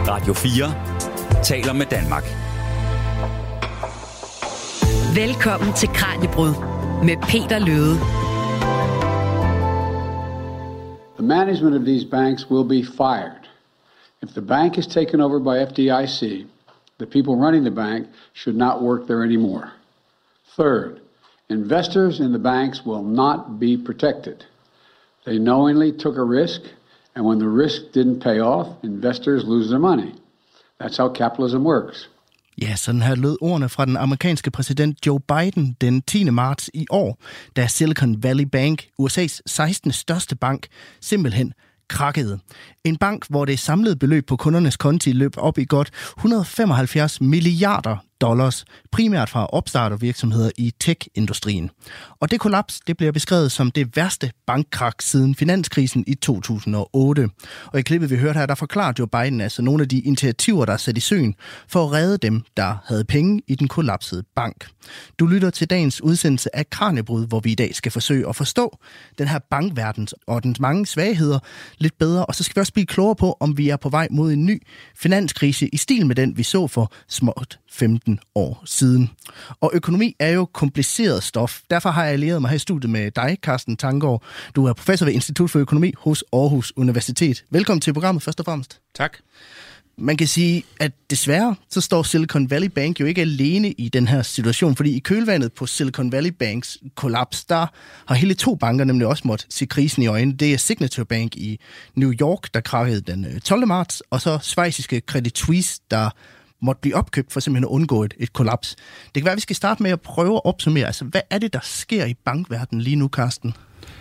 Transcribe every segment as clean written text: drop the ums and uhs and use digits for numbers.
Radio 4 taler med Danmark. Velkommen til Kraniebrud med Peter Løde. The management of these banks will be fired. If the bank is taken over by FDIC, the people running the bank should not work there anymore. Third, investors in the banks will not be protected. They knowingly took a risk, and when the risk didn't pay off, investors lose their money. That's how capitalism works. Ja, sådan her lød ordene fra den amerikanske præsident Joe Biden den 10. marts i år, da Silicon Valley Bank, USA's 16. største bank, simpelthen krakkede. En bank, hvor det samlede beløb på kundernes konti løb op i godt 175 milliarder dollars, primært fra opstartervirksomheder i tech-industrien. Og det kollaps, det bliver beskrevet som det værste bankkrak siden finanskrisen i 2008. Og i klippet, vi hørte her, der forklarer Joe Biden altså nogle af de initiativer, der er sat i søen for at redde dem, der havde penge i den kollapsede bank. Du lytter til dagens udsendelse af Kraniebrud, hvor vi i dag skal forsøge at forstå den her bankverden og dens mange svagheder lidt bedre. Og så skal vi også blive klogere på, om vi er på vej mod en ny finanskrise i stil med den, vi så for småt 15 år siden. Og økonomi er jo kompliceret stof. Derfor har jeg allieret mig her i studiet med dig, Carsten Tanggaard. Du er professor ved Institut for Økonomi hos Aarhus Universitet. Velkommen til programmet først og fremmest. Tak. Man kan sige, at desværre så står Silicon Valley Bank jo ikke alene i den her situation, fordi i kølvandet på Silicon Valley Banks kollaps, der har hele to banker nemlig også måttet se krisen i øjnene. Det er Signature Bank i New York, der krakkede den 12. marts, og så schweiziske Credit Suisse, der måtte blive opkøbt for simpelthen at undgå et kollaps. Det kan være, at vi skal starte med at prøve at opsummere. Altså, hvad er det, der sker i bankverdenen lige nu, Carsten?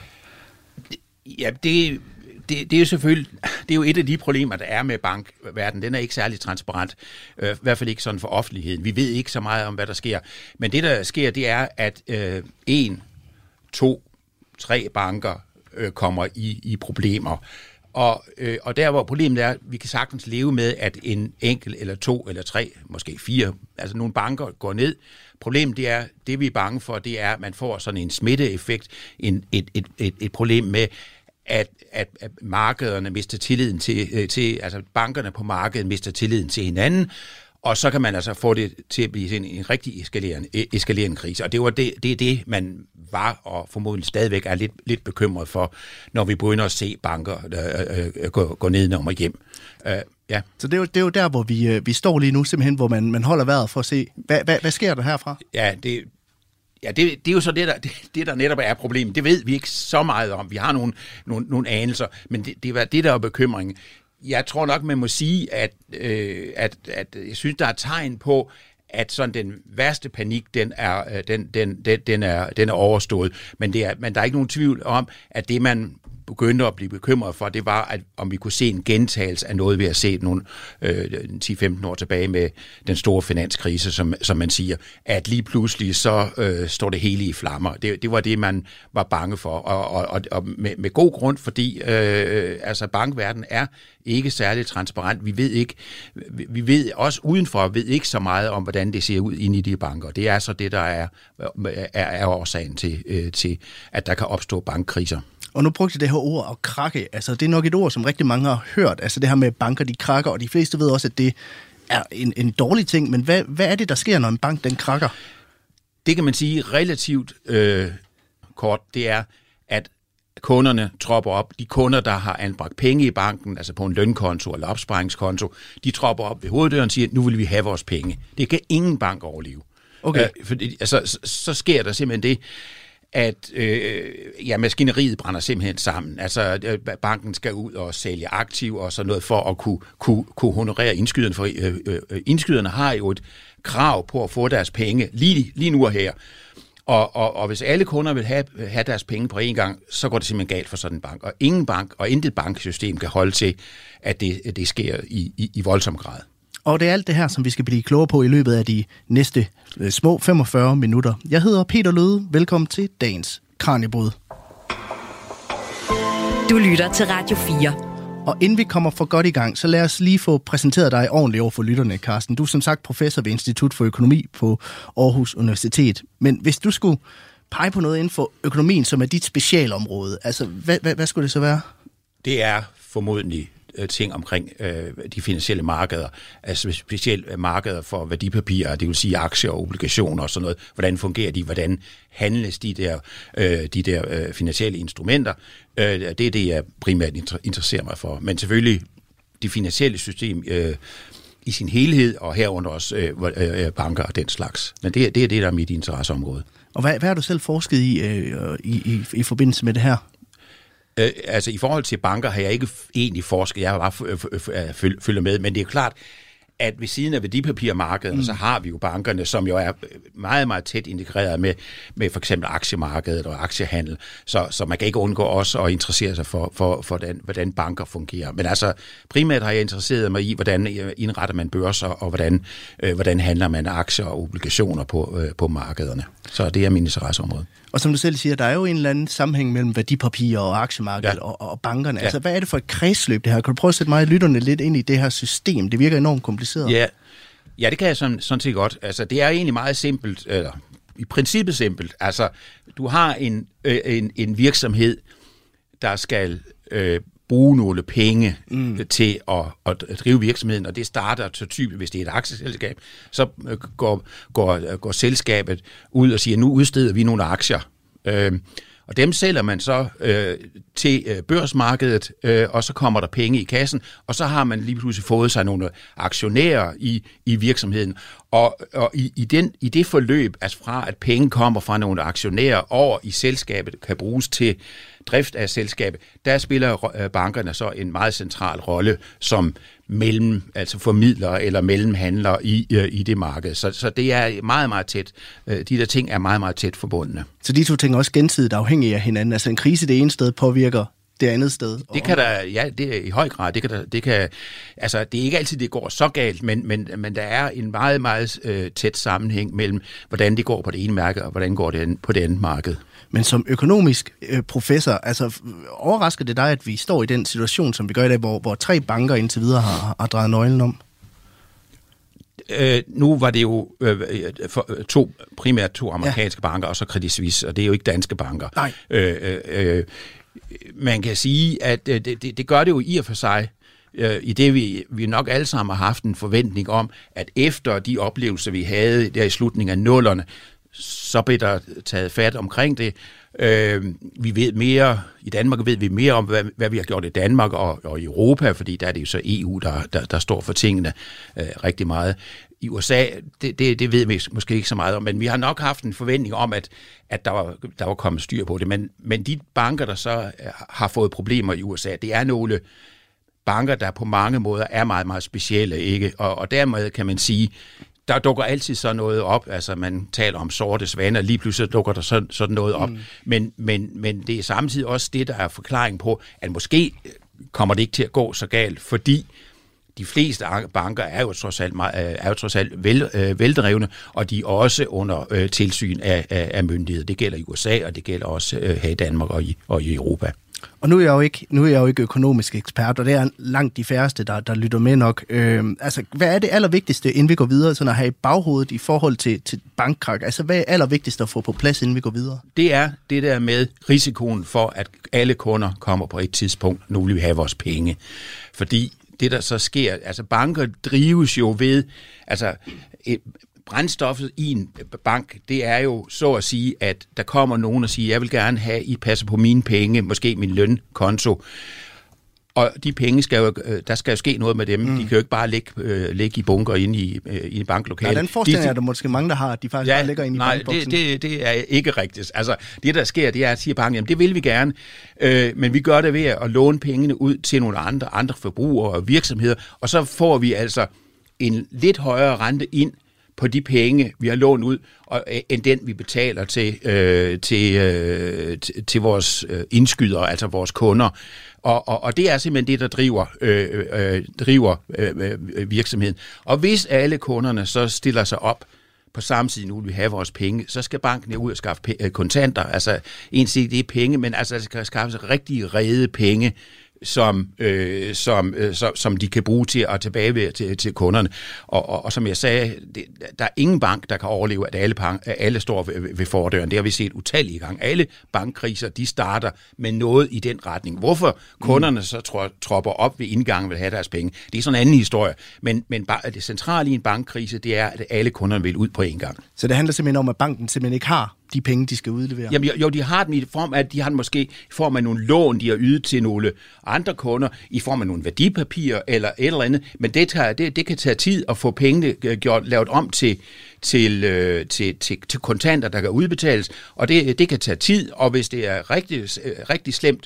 Ja, det er jo selvfølgelig, det er jo et af de problemer, der er med bankverdenen. Den er ikke særlig transparent, i hvert fald ikke sådan for offentligheden. Vi ved ikke så meget om, hvad der sker. Men det, der sker, det er, at 1, 2, 3 banker kommer i problemer. Og der, hvor problemet er, vi kan sagtens leve med, at en enkelt eller 2 eller 3, måske 4, altså nogle banker går ned. Problemet det er, det vi er bange for, det er, at man får sådan en smitteeffekt, et problem med, at markederne mister tilliden til, altså bankerne på markedet mister tilliden til hinanden, og så kan man altså få det til at blive en rigtig eskalerende krise. Og det er det, man var og formodentlig stadigvæk er lidt bekymret for, når vi begynder at se banker gå nedenom og hjem. Ja. Så det er jo der, hvor vi står lige nu, simpelthen, hvor man holder vejret for at se, hvad sker der herfra? Ja, det er jo så det, der netop er problemet. Det ved vi ikke så meget om. Vi har nogle anelser, men det er det, der er bekymringen. Jeg tror nok, man må sige, at jeg synes, der er tegn på, at sådan den værste panik, den er overstået. Men der er ikke nogen tvivl om, at det, man begyndte at blive bekymret for, det var, at om vi kunne se en gentagelse af noget, vi har set nogle 10-15 år tilbage med den store finanskrise, som man siger, at lige pludselig så står det hele i flammer. Det var det, man var bange for, og med god grund, fordi altså bankverdenen er ikke særlig transparent. Vi ved også udenfor, ved ikke så meget om, hvordan det ser ud inde i de banker. Det er så det, der er årsagen til, at der kan opstå bankkriser. Og nu brugte jeg det her ord at krakke. Altså, det er nok et ord, som rigtig mange har hørt. Altså det her med banker, de krakker, og de fleste ved også, at det er en dårlig ting. Men hvad er det, der sker, når en bank, den krakker? Det kan man sige relativt kort. Det er, at kunderne tropper op. De kunder, der har anbragt penge i banken, altså på en lønkonto eller opsparingskonto, de tropper op ved hoveddøren og siger, nu vil vi have vores penge. Det kan ingen bank overleve. Okay. Så sker der simpelthen det, at maskineriet brænder simpelthen sammen. Altså banken skal ud og sælge aktiver og sådan noget for at kunne honorere indskyderne. For indskyderne har jo et krav på at få deres penge lige nu og her. Og hvis alle kunder vil have deres penge på en gang, så går det simpelthen galt for sådan en bank. Og ingen bank og intet banksystem kan holde til, at det sker i voldsom grad. Og det er alt det her, som vi skal blive klogere på i løbet af de næste små 45 minutter. Jeg hedder Peter Løde. Velkommen til dagens Kraniebrud. Du lytter til Radio 4. Og inden vi kommer for godt i gang, så lad os lige få præsenteret dig ordentligt over for lytterne, Carsten. Du er som sagt professor ved Institut for Økonomi på Aarhus Universitet. Men hvis du skulle pege på noget inden for økonomien, som er dit specialområde, altså hvad skulle det så være? Det er formodentlig ting omkring de finansielle markeder, altså specielt markeder for værdipapirer, det vil sige aktier og obligationer og sådan noget. Hvordan fungerer de? Hvordan handles de der finansielle instrumenter? Det er det, jeg primært interesserer mig for. Men selvfølgelig det finansielle system i sin helhed, og herunder også banker og den slags. Men det er det, der er mit interesseområde. Og hvad har du selv forsket i forbindelse med det her? Altså i forhold til banker har jeg ikke egentlig forsket, jeg har bare følger med, men det er klart, at ved siden af værdipapirmarkedet, så har vi jo bankerne, som jo er meget, meget tæt integreret med for eksempel aktiemarkedet og aktiehandel, så man kan ikke undgå også at interessere sig for hvordan banker fungerer. Men altså primært har jeg interesseret mig i, hvordan indretter man børser, og hvordan handler man aktier og obligationer på markederne. Så det er min interesseområde. Og som du selv siger, der er jo en eller anden sammenhæng mellem værdipapirer og aktiemarkedet og bankerne. Ja. Altså, hvad er det for et kredsløb, det her? Kan du prøve at sætte mig og lytterne lidt ind i det her system? Det virker enormt kompliceret. Ja, det kan jeg sådan set godt. Altså, det er egentlig meget simpelt, eller i princippet simpelt. Altså, du har en virksomhed, der skal bruge nogle penge til at drive virksomheden, og det starter så typisk, hvis det er et aktieselskab, så går selskabet ud og siger, nu udsteder vi nogle aktier. Og dem sælger man så til børsmarkedet, og så kommer der penge i kassen, og så har man lige pludselig fået sig nogle aktionærer i virksomheden. Og i det forløb, altså fra at penge kommer fra nogle aktionærer over i selskabet, kan bruges til drift af selskabet, der spiller bankerne så en meget central rolle som altså formidlere eller mellemhandlere i det marked. Så det er meget, meget tæt. De der ting er meget, meget tæt forbundne. Så de to ting er også gensidigt afhængige af hinanden? Altså en krise det ene sted påvirker det andet sted? Det kan der, ja, det er i høj grad. Altså det er ikke altid, det går så galt, men der er en meget, meget tæt sammenhæng mellem, hvordan det går på det ene marked, og hvordan går det på det andet marked. Men som økonomisk professor, altså overrasker det dig, at vi står i den situation, som vi gør i dag, hvor 3 banker indtil videre har drejet nøglen om? Nu var det jo primært to amerikanske banker, og så Credit Suisse, og det er jo ikke danske banker. Nej. Man kan sige, at det gør det jo i og for sig, i det vi nok alle sammen har haft en forventning om, at efter de oplevelser, vi havde der i slutningen af 00'erne, så blev der taget fat omkring det. Vi ved mere, i Danmark ved vi mere om, hvad vi har gjort i Danmark og i Europa, fordi der er det jo så EU, der står for tingene rigtig meget. I USA, det ved vi måske ikke så meget om, men vi har nok haft en forventning om, at der var kommet styr på det. Men de banker, der så har fået problemer i USA, det er nogle banker, der på mange måder er meget, meget specielle, ikke? Og dermed kan man sige, der dukker altid sådan noget op, altså man taler om sorte svaner, lige pludselig dukker der sådan noget op, men det er samtidig også det, der er forklaring på, at måske kommer det ikke til at gå så galt, fordi de fleste banker er jo trods alt veldrevne, og de er også under tilsyn af myndigheder. Det gælder i USA, og det gælder også her i Danmark og i Europa. Og nu er jeg jo ikke økonomisk ekspert, og det er langt de færreste, der lytter med nok. Altså, hvad er det allervigtigste, inden vi går videre, sådan at have i baghovedet i forhold til bankkrak? Altså, hvad er allervigtigst at få på plads, inden vi går videre? Det er det der med risikoen for, at alle kunder kommer på et tidspunkt, nu vil vi have vores penge. Fordi det, der så sker, altså banker drives jo ved, altså brændstoffet i en bank, det er jo så at sige, at der kommer nogen og siger, jeg vil gerne have, I passer på mine penge, måske min lønkonto. Og de penge der skal jo ske noget med dem. De kan jo ikke bare ligge i bunker inde i banklokalet. Ja, den forestilling er der måske mange, der har, at de faktisk bare ligger inde i bankboksen. Nej, det er ikke rigtigt. Altså, det der sker, det er at sige banken, jamen det vil vi gerne, men vi gør det ved at låne pengene ud til nogle andre forbrugere og virksomheder, og så får vi altså en lidt højere rente ind på de penge, vi har lånt ud, end den, vi betaler til vores indskydere, altså vores kunder. Og det er simpelthen det, der driver virksomheden. Og hvis alle kunderne så stiller sig op på samme tid, nu vil vi have vores penge, så skal banken ud og skaffe kontanter. Altså, en ting, det er penge, men altså, der skal skaffe rigtig rede penge som de kan bruge til at tilbage til kunderne. Og som jeg sagde, der er ingen bank, der kan overleve, at alle står ved fordøren. Det har vi set utallige gange. Alle bankkriser, de starter med noget i den retning. Hvorfor kunderne så tropper op ved indgangen vil have deres penge, det er sådan en anden historie. Men det centrale i en bankkrise, det er, at alle kunderne vil ud på en gang. Så det handler simpelthen om, at banken simpelthen ikke har de penge, de skal udlevere? Jamen, jo, de har dem i form af, at de har måske i form af nogle lån, de har ydet til nogle andre kunder, i form af nogle værdipapirer eller et eller andet, men det kan tage tid at få pengene lavet om til kontanter, der kan udbetales, og det kan tage tid, og hvis det er rigtig slemt,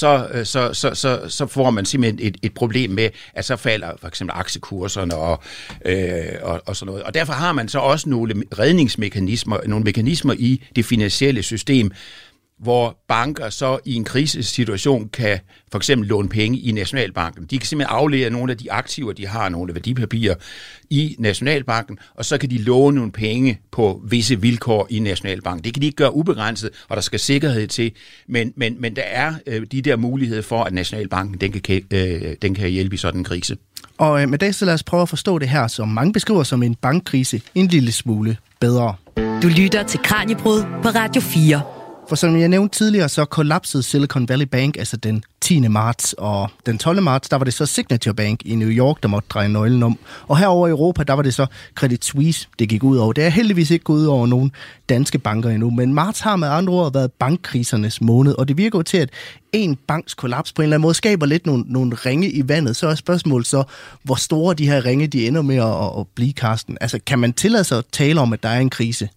så får man simpelthen et problem med, at så falder for eksempel aktiekurserne og sådan noget. Og derfor har man så også nogle redningsmekanismer, nogle mekanismer i det finansielle system, hvor banker så i en krisesituation kan for eksempel låne penge i Nationalbanken. De kan simpelthen aflevere nogle af de aktiver, de har, nogle værdipapirer i Nationalbanken, og så kan de låne nogle penge på visse vilkår i Nationalbanken. Det kan de ikke gøre ubegrænset, og der skal sikkerhed til, men der er de der muligheder for, at Nationalbanken den kan hjælpe i sådan en krise. Og med det, så lad os prøve at forstå det her, som mange beskriver som en bankkrise, en lille smule bedre. Du lytter til Kraniebrud på Radio 4. For som jeg nævnte tidligere, så kollapsede Silicon Valley Bank altså den 10. marts, og den 12. marts, der var det så Signature Bank i New York, der måtte dreje nøglen om. Og herover i Europa, der var det så Credit Suisse, det gik ud over. Det er heldigvis ikke gået ud over nogen danske banker endnu, men marts har med andre ord været bankkrisernes måned, og det virker jo til, at en banks kollaps på en eller anden måde skaber lidt nogle ringe i vandet. Så er spørgsmålet så, hvor store de her ringe, de ender med at blive, Carsten. Altså, kan man tillade sig at tale om, at der er en krise?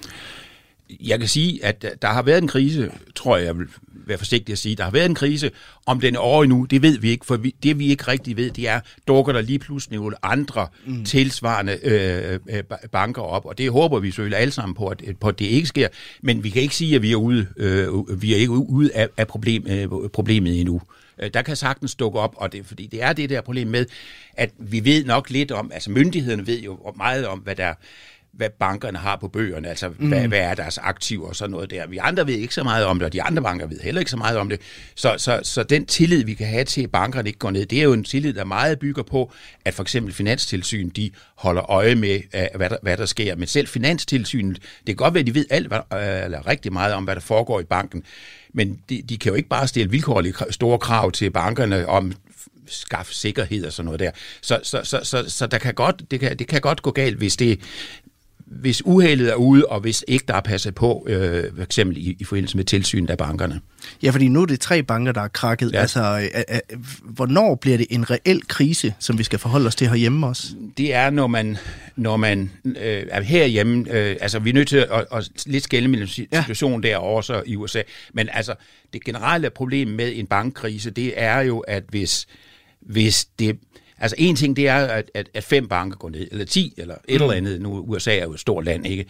Jeg kan sige, at der har været en krise, tror jeg vil være forsigtig at sige. Der har været en krise. Om den er over endnu, det ved vi ikke, for det vi ikke rigtig ved, det er, dukker der lige pludselig nogle andre tilsvarende banker op, og det håber vi selvfølgelig alle sammen på, at det ikke sker, men vi kan ikke sige, at vi er ikke ude af problemet endnu. Der kan sagtens dukke op, og fordi det er det der problem med, at vi ved nok lidt om, altså myndighederne ved jo meget om, hvad bankerne har på bøgerne, altså hvad er deres aktiver og sådan noget der. Vi andre ved ikke så meget om det, og de andre banker ved heller ikke så meget om det. Så den tillid, vi kan have til, at bankerne ikke går ned, det er jo en tillid, der meget bygger på, at for eksempel Finanstilsynet, de holder øje med, hvad der sker. Men selv Finanstilsynet, det kan godt være, at de ved eller rigtig meget om, hvad der foregår i banken, men de kan jo ikke bare stille vilkårlige store krav til bankerne om skaffe sikkerhed og sådan noget der. Så det kan godt gå galt, hvis uheldet er ude, og hvis ikke der er passet på, for eksempel i forbindelse med tilsynet af bankerne. Ja, fordi nu er det 3 banker, der er krakket. Ja. Altså, hvornår bliver det en reel krise, som vi skal forholde os til herhjemme også? Det er, når man er herhjemme, altså vi er nødt til at lidt skelne mellem situationen derovre så i USA, men altså det generelle problem med en bankkrise, det er jo, at hvis det... Altså en ting, det er, at 5 banker går ned, eller 10, eller et eller andet. Nu USA er jo et stort land, ikke?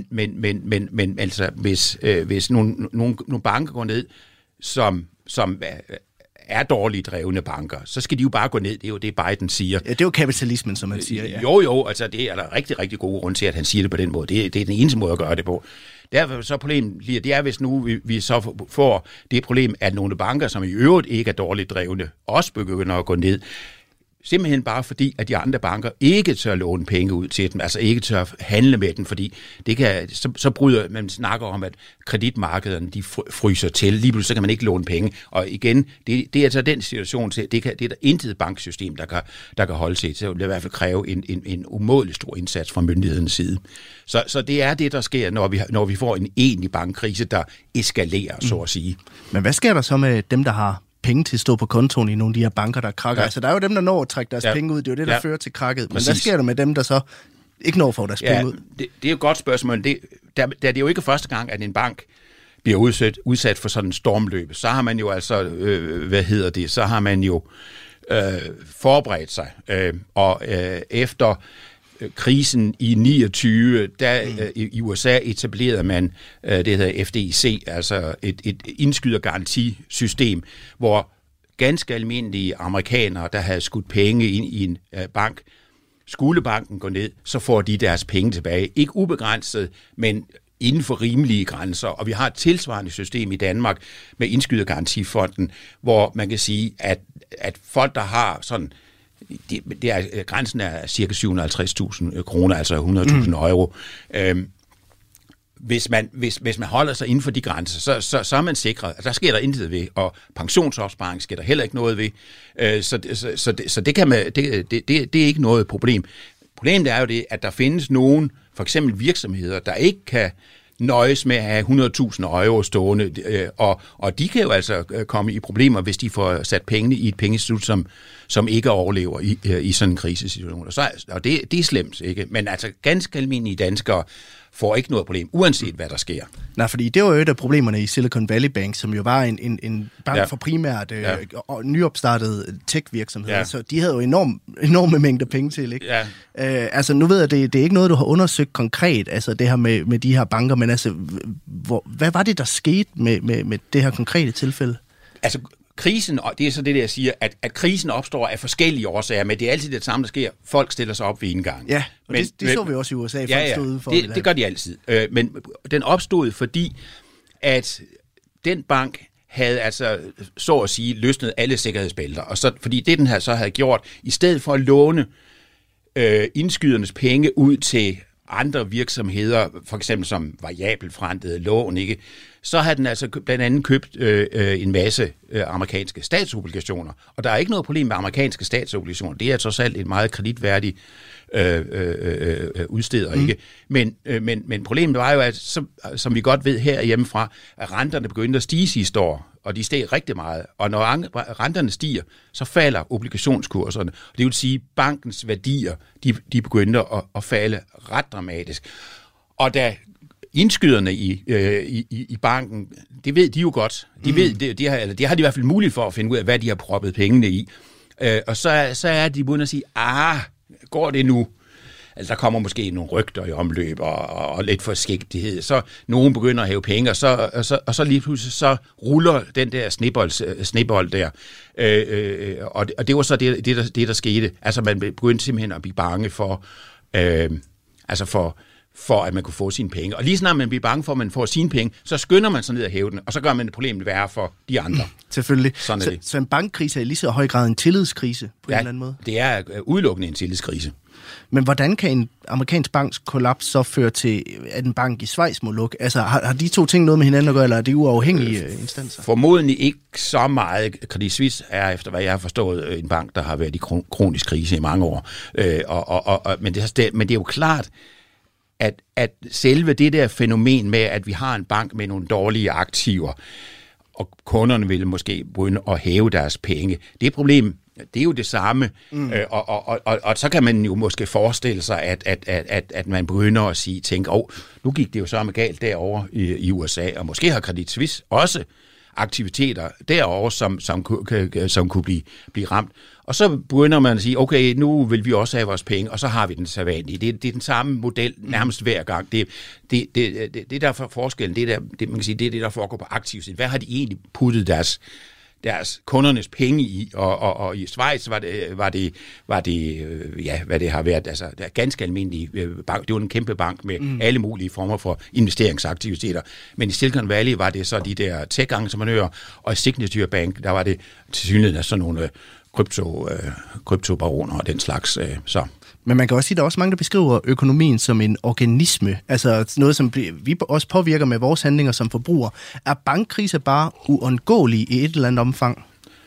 Men altså, hvis nogle banker går ned, som er dårligt drevne banker, så skal de jo bare gå ned. Det er jo det, Biden siger. Ja, det er jo kapitalismen, som man siger. Ja. Jo, altså det er der rigtig, rigtig gode grund til, at han siger det på den måde. Det er den eneste måde at gøre det på. Derfor så problemet bliver, det er, hvis nu vi så får det problem, at nogle banker, som i øvrigt ikke er dårligt drevne, også begynder at gå ned. Simpelthen bare fordi, at de andre banker ikke tør låne penge ud til dem, altså ikke tør handle med dem, fordi det kan, så bryder man snakker om, at kreditmarkederne de fryser til. Lige pludselig så kan man ikke låne penge. Og igen, det er altså den situation, det er der intet banksystem, der kan holde sig til. Det vil i hvert fald kræve en umådelig stor indsats fra myndighedens side. Så det er det, der sker, når vi får en egentlig bankkrise, der eskalerer, så at sige. Men hvad sker der så med dem, der har penge til at stå på kontoen i nogle af de her banker, der krakker? Ja. Altså, der er jo dem, der når at trække deres penge ud. Det er jo det, der fører til krakket. Men hvad sker der med dem, der så ikke når at få deres penge ud? Det er jo et godt spørgsmål. Det er jo ikke første gang, at en bank bliver udsat for sådan en stormløb. Så har man jo altså, så har man jo forberedt sig. Efter krisen i 29, i USA etablerede man det hedder FDIC, altså et indskydergarantisystem, hvor ganske almindelige amerikanere, der havde skudt penge ind i en bank, skulle banken gå ned, så får de deres penge tilbage. Ikke ubegrænset, men inden for rimelige grænser, og vi har et tilsvarende system i Danmark med Indskydergarantifonden, hvor man kan sige, at folk, der har sådan, grænsen er cirka 750.000 kroner, altså 100.000 euro. Hvis man holder sig inden for de grænser, så er man sikret. Der sker der intet ved, og pensionsopsparing sker der heller ikke noget ved. Så det kan man, det er ikke noget problem. Problemet er jo det, at der findes nogen, for eksempel virksomheder, der ikke kan nøjes med at have 100.000 euro stående, og de kan jo altså komme i problemer, hvis de får sat pengene i et pengeinstitut, som ikke overlever i sådan en krisesituation. Og det er slemt, ikke? Men altså ganske almindelige danskere får ikke noget problem, uanset hvad der sker. Nej, fordi det var jo et af problemerne i Silicon Valley Bank, som jo var en bank for primært nyopstartede tech-virksomheder, så de havde jo enorme mængder penge til, ikke? Ja. Altså, nu ved jeg, det er ikke noget, du har undersøgt konkret, altså det her med de her banker, men altså, hvad var det, der skete med det her konkrete tilfælde? Altså, krisen, og det er så det, jeg siger, at krisen opstår af forskellige årsager, men det er altid det samme, der sker. Folk stiller sig op ved indgangen. Ja, og det så vi også i USA. Det gør de altid. Men den opstod, fordi at den bank havde altså, så at sige, løsnet alle sikkerhedsbælter. Og så, fordi det, den her så havde gjort, i stedet for at låne indskydernes penge ud til andre virksomheder, for eksempel som variabelforrentede lån, ikke, så har den altså blandt andet købt en masse amerikanske statsobligationer. Og der er ikke noget problem med amerikanske statsobligationer. Det er trods alt et meget kreditværdigt udsteder, ikke? Men problemet var jo, at som vi godt ved herhjemmefra, at renterne begyndte at stige sidste år, og de steg rigtig meget. Og når renterne stiger, så falder obligationskurserne. Det vil sige, at bankens værdier, de begyndte at falde ret dramatisk. Og da indskyderne i banken, det ved de jo godt. De ved, det har de i hvert fald mulighed for at finde ud af, hvad de har proppet pengene i. Og så er de begyndt at sige, går det nu? Altså, der kommer måske nogle rygter i omløb og lidt forskægtighed. Så nogen begynder at hæve penge, og så lige pludselig så ruller den der snebold der. Og det var så det der skete. Altså, man begyndte simpelthen at blive bange for at man kunne få sine penge. Og lige snart man bliver bange for, at man får sine penge, så skynder man sig ned og hæve den, og så gør man det problemet værre for de andre. Selvfølgelig. Så en bankkrise er lige så høj grad en tillidskrise på en eller anden måde? Det er udelukkende en tillidskrise. Men hvordan kan en amerikansk banks kollaps så føre til, at en bank i Schweiz må lukke? Altså, har de to ting noget med hinanden at gøre, eller er det uafhængige instanser? Formodentlig ikke så meget. Credit Suisse er, efter hvad jeg har forstået, en bank, der har været i kronisk krise i mange år. Men det er jo klart, at selve det der fænomen med, at vi har en bank med nogle dårlige aktiver, og kunderne vil måske begynde at hæve deres penge, det er problem. Det er jo det samme, og så kan man jo måske forestille sig, at man begynder at tænke, nu gik det jo så med galt derovre i USA, og måske har Credit Suisse også aktiviteter derovre, som kunne blive ramt. Og så begynder man at sige, okay, nu vil vi også have vores penge, og så har vi den sædvanlige. Det er den samme model nærmest hver gang. Det der for forskellen, man kan sige, det er det, der foregår på aktivsiden. Hvad har de egentlig puttet deres kundernes penge i, og i Schweiz var det hvad det har været, altså der er ganske almindelige bank, det var en kæmpe bank med alle mulige former for investeringsaktiviteter, men i Silicon Valley var det så de der tech-entreprenører, og i Signature Bank, der var det tilsyneladende sådan nogle kryptobaroner og den slags, så. Men man kan også sige, at der er også mange, der beskriver økonomien som en organisme. Altså noget, som vi også påvirker med vores handlinger som forbrugere. Er bankkriser bare uundgåelige i et eller andet omfang?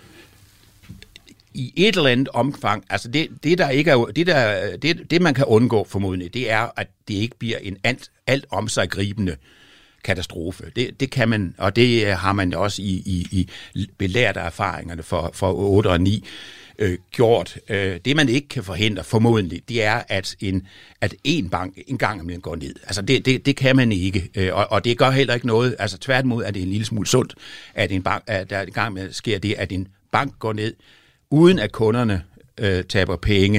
I et eller andet omfang. Altså det der ikke er det man kan undgå formodentlig, det er, at det ikke bliver en alt om sig gribende katastrofe. Det kan man, og det har man også i belærte erfaringerne for 8 og 9 gjort. Det man ikke kan forhindre formodentlig, det er, at en bank en gang imellem går ned. Altså det kan man ikke, og det gør heller ikke noget. Altså tværtimod er det en lille smule sundt, at der en gang imellem sker det, at en bank går ned, uden at kunderne taber penge,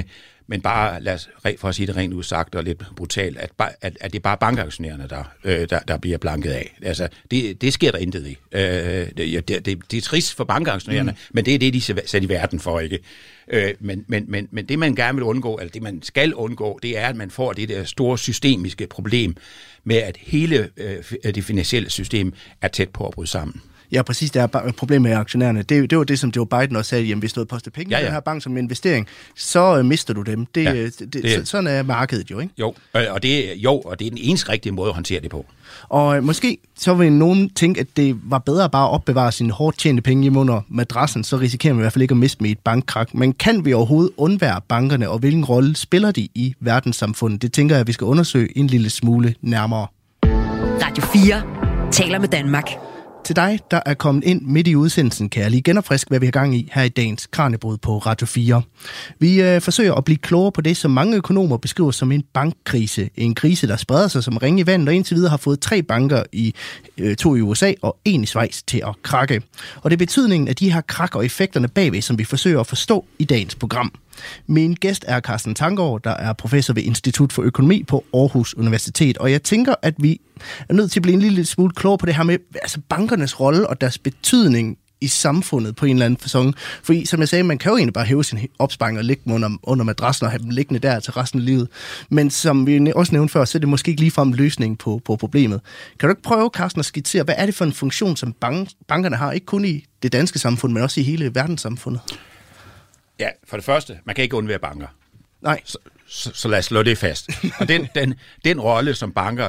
Men bare, for at sige det rent udsagt og lidt brutalt, at det er bare bankaktionærerne, der bliver blanket af. Altså, det sker der intet i. Det er trist for bankaktionærerne, men det er det, de er sat i verden for, ikke? Men det, man gerne vil undgå, eller det, man skal undgå, det er, at man får det der store systemiske problem med, at hele det finansielle system er tæt på at bryde sammen. Ja, præcis. Der er et problem med aktionærerne. Det var det, som Joe Biden også sagde, jamen hvis du havde postet penge i den her bank som investering, så mister du dem. Sådan er markedet jo, ikke? Jo, og det er den eneste rigtige måde at håndtere det på. Og måske så vil nogen tænke, at det var bedre bare at opbevare sine hårdt tjente penge hjemme under madrassen, så risikerer man i hvert fald ikke at miste med et bankkrak. Men kan vi overhovedet undvære bankerne, og hvilken rolle spiller de i verdenssamfundet? Det tænker jeg, at vi skal undersøge en lille smule nærmere. Radio 4 taler med Danmark. Til dig, der er kommet ind midt i udsendelsen, kan jeg lige genopfriske, hvad vi har gang i her i dagens Kraniebrud på Radio 4. Vi forsøger at blive klogere på det, som mange økonomer beskriver som en bankkrise. En krise, der spreder sig som ringe i vandet, og indtil videre har fået 3 banker, 2 i USA og 1 i Schweiz, til at krakke. Og det er betydningen af de her krak og effekterne bagved, som vi forsøger at forstå i dagens program. Min gæst er Carsten Tanggaard, der er professor ved Institut for Økonomi på Aarhus Universitet. Og jeg tænker, at vi er nødt til at blive en lille smule klogere på det her med bankernes rolle og deres betydning i samfundet på en eller anden facon. Fordi, som jeg sagde, man kan jo egentlig bare hæve sin opsparing og lægge dem under madrassen og have dem liggende der til resten af livet. Men som vi også nævnte før, så er det måske ikke ligefrem løsningen på problemet. Kan du ikke prøve, Carsten, at skitsere, hvad er det for en funktion, som bankerne har, ikke kun i det danske samfund, men også i hele verdenssamfundet? Ja, for det første, man kan ikke undvære banker. Nej. Så lad os slå det fast. Og den rolle, som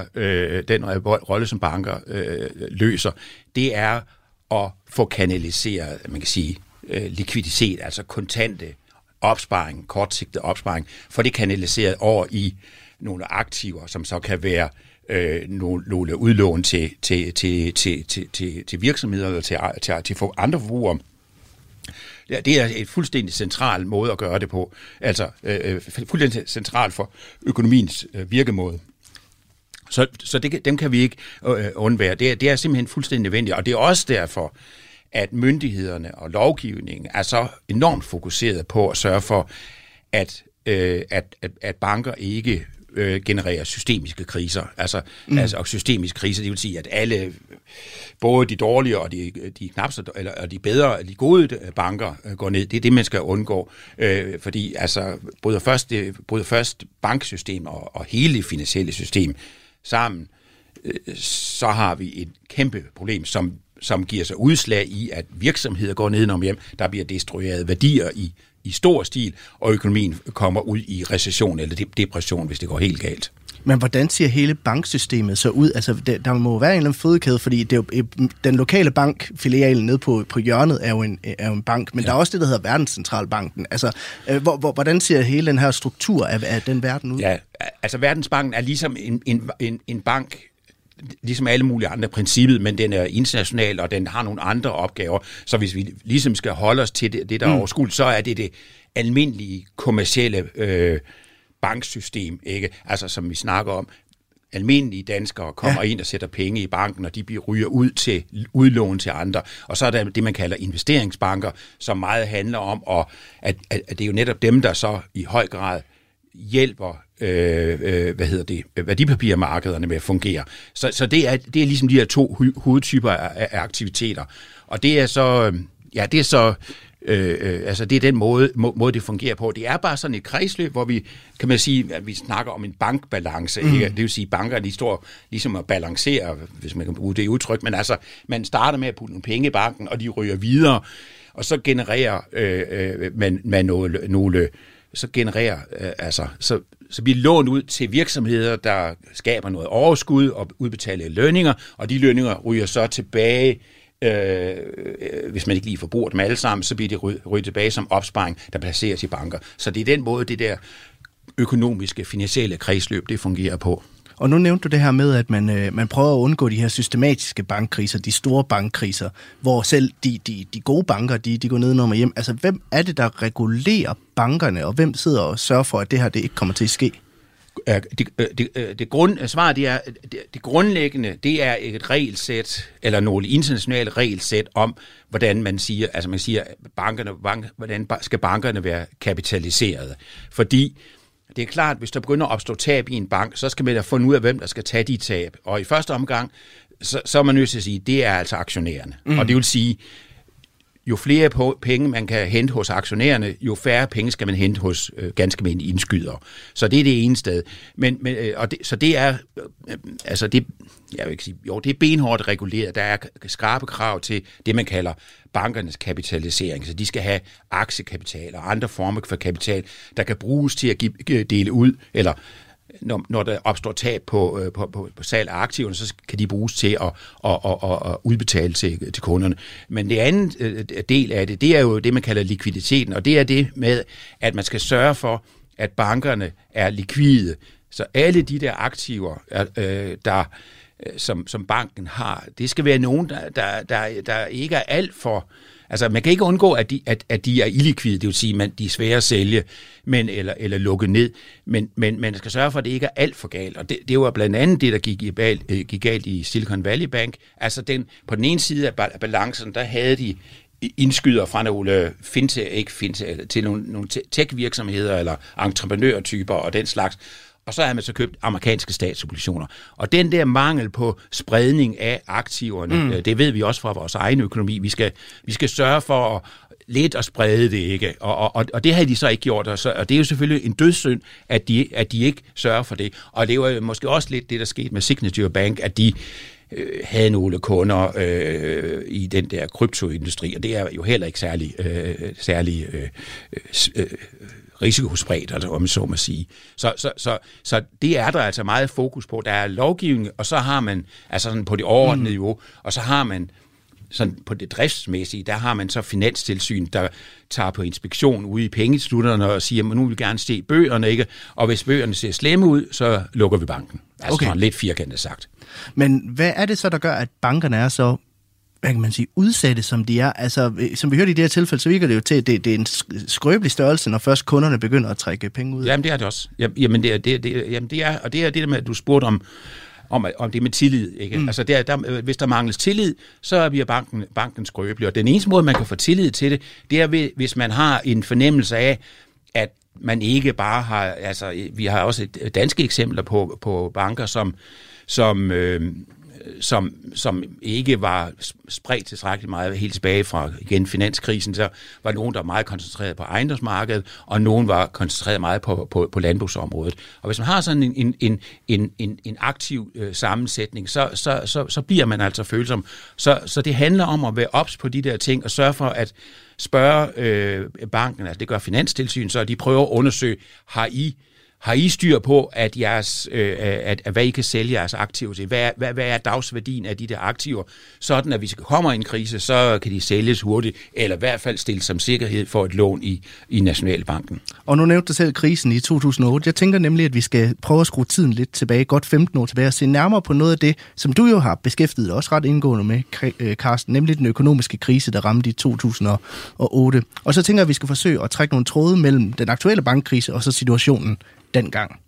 banker, løser, det er at få kanaliseret, man kan sige, likviditet, altså kontante opsparing, kortsigtet opsparing, for det kanaliseret over i nogle aktiver, som så kan være nogle udlån til virksomheder eller til andre forbrugere. Ja, det er et fuldstændig central måde at gøre det på. Altså fuldstændig centralt for økonomiens virkemåde. Så dem kan vi ikke undvære. Det er simpelthen fuldstændig nødvendigt, og det er også derfor, at myndighederne og lovgivningen er så enormt fokuseret på at sørge for, at banker ikke genererer systemiske kriser. Altså systemiske kriser, det vil sige, at alle, både de dårlige og de knap så, eller de bedre, de gode banker går ned. Det er det, man skal undgå, fordi altså bryder først banksystemet og hele det finansielle system sammen, så har vi et kæmpe problem, som giver sig udslag i, at virksomheder går nedenom hjem, der bliver destrueret værdier i stor stil, og økonomien kommer ud i recession eller depression, hvis det går helt galt. Men hvordan ser hele banksystemet så ud? Altså, der må være en eller anden fødekæde, fordi det er jo, den lokale bankfilialen nede på hjørnet er jo en bank, men der er også det, der hedder Verdenscentralbanken. Altså, hvordan ser hele den her struktur af den verden ud? Ja, altså Verdensbanken er ligesom en bank, ligesom alle mulige andre princippet, men den er international, og den har nogle andre opgaver. Så hvis vi ligesom skal holde os til det der er overskueligt, så er det almindelige kommercielle banksystem, ikke? Altså som vi snakker om, almindelige danskere kommer ind og sætter penge i banken, og de ryger ud til udlån til andre. Og så er der det, man kalder investeringsbanker, som meget handler om, at det er jo netop dem, der så i høj grad hjælper værdipapirmarkederne med at fungere. Så det er ligesom de her 2 hovedtyper af aktiviteter. Og det er så, altså det er den måde, det fungerer på. Det er bare sådan et kredsløb, hvor vi, kan man sige, at vi snakker om en bankbalance. Ikke? Det vil sige, at banker, de står ligesom at balancere, hvis man kan bruge det udtryk, men altså, man starter med at putte nogle penge i banken, og de ryger videre, og så genererer man nogle så genererer, så bliver lånt ud til virksomheder, der skaber noget overskud og udbetaler lønninger, og de lønninger ryger så tilbage, hvis man ikke lige forbruger dem alle sammen, så bliver de ryger tilbage som opsparing, der placeres i banker. Så det er den måde, det der økonomiske, finansielle kredsløb, det fungerer på. Og nu nævnte du det her med, at man prøver at undgå de her systematiske bankkriser, de store bankkriser, hvor selv de gode banker, de går nedenom og hjem. Altså, hvem er det, der regulerer bankerne, og hvem sidder og sørger for, at det her det ikke kommer til at ske? Svaret er, det grundlæggende, det er et regelsæt, eller nogle internationale regelsæt om, hvordan man siger, hvordan skal bankerne være kapitaliseret. Fordi det er klart, hvis der begynder at opstå tab i en bank, så skal man da finde ud af, hvem der skal tage de tab. Og i første omgang, så er man nødt til at sige, det er altså aktionærerne. Og det vil sige, jo flere penge man kan hente hos aktionærerne, jo færre penge skal man hente hos ganske almindelige indskydere. Så det er det ene sted. Så det er, jeg vil ikke sige, jo, det er benhårdt reguleret. Der er skarpe krav til det, man kalder bankernes kapitalisering. Så de skal have aktiekapital og andre former for kapital, der kan bruges til at dele ud, eller når der opstår tab på salg af aktiverne, så kan de bruges til at udbetale til kunderne. Men det andet del af det er jo det, man kalder likviditeten, og det er det med, at man skal sørge for, at bankerne er likvide. Så alle de der aktiver, som banken har, det skal være nogen, der ikke er alt for... Altså, man kan ikke undgå, at de er illikvide, det vil sige, at de er svære at sælge, eller lukke ned, men man skal sørge for, at det ikke er alt for galt. Og det var blandt andet det, der gik galt i Silicon Valley Bank. Altså, på den ene side af balancen, der havde de indskyder fra nogle til nogle tech-virksomheder, eller entreprenørtyper og den slags. Og så har man så købt amerikanske statsobligationer. Og den der mangel på spredning af aktiverne, det ved vi også fra vores egen økonomi. Vi skal sørge for lidt at sprede det, ikke? Og det havde de så ikke gjort. Og det er jo selvfølgelig en dødssynd, at de ikke sørger for det. Og det var måske også lidt det, der skete med Signature Bank, at de havde nogle kunder i den der kryptoindustri, og det er jo heller ikke særlig risikospredt, altså om så må sige. Så det er der altså meget fokus på. Der er lovgivning, og så har man altså sådan på det overordnede niveau, og så har man sådan på det driftsmæssige, der har man så finanstilsyn, der tager på inspektion ude i pengeinstitutterne og siger, at nu vil vi gerne se bøgerne, ikke? Og hvis bøgerne ser slemme ud, så lukker vi banken. Altså okay. Lidt firkantet sagt. Men hvad er det så, der gør, at bankerne er så, hvad kan man sige, udsatte, som de er? Altså, som vi hørte i det her tilfælde, så virker det jo til, at det er en skrøbelig størrelse, når først kunderne begynder at trække penge ud. Jamen, det er det også. Jamen, det er, og det er det der med, at du spurgte om det med tillid, ikke? Altså, hvis der mangles tillid, så bliver banken skrøbelig. Og den eneste måde, man kan få tillid til det, det er, hvis man har en fornemmelse af, at man ikke bare har... Altså, vi har også danske eksempler på banker, som ikke var spredt tilstrækkeligt meget helt tilbage fra igen finanskrisen, så var nogen, der var meget koncentreret på ejendomsmarkedet, og nogen var koncentreret meget på landbrugsområdet. Og hvis man har sådan en aktiv sammensætning, så bliver man altså følsom. Så det handler om at være ops på de der ting, og sørge for at spørge banken, altså det gør Finanstilsyn, så de prøver at undersøge, har I styr på, at hvad I kan sælge jeres aktiver til? Hvad er dagsværdien af de der aktiver? Sådan, at hvis vi kommer i en krise, så kan de sælges hurtigt, eller i hvert fald stilles som sikkerhed for et lån i Nationalbanken. Og nu nævnte du selv krisen i 2008. Jeg tænker nemlig, at vi skal prøve at skrue tiden lidt tilbage, godt 15 år tilbage, og se nærmere på noget af det, som du jo har beskæftiget også ret indgående med, Carsten, nemlig den økonomiske krise, der ramte i 2008. Og så tænker jeg, at vi skal forsøge at trække nogle tråde mellem den aktuelle bankkrise og så situationen dengang.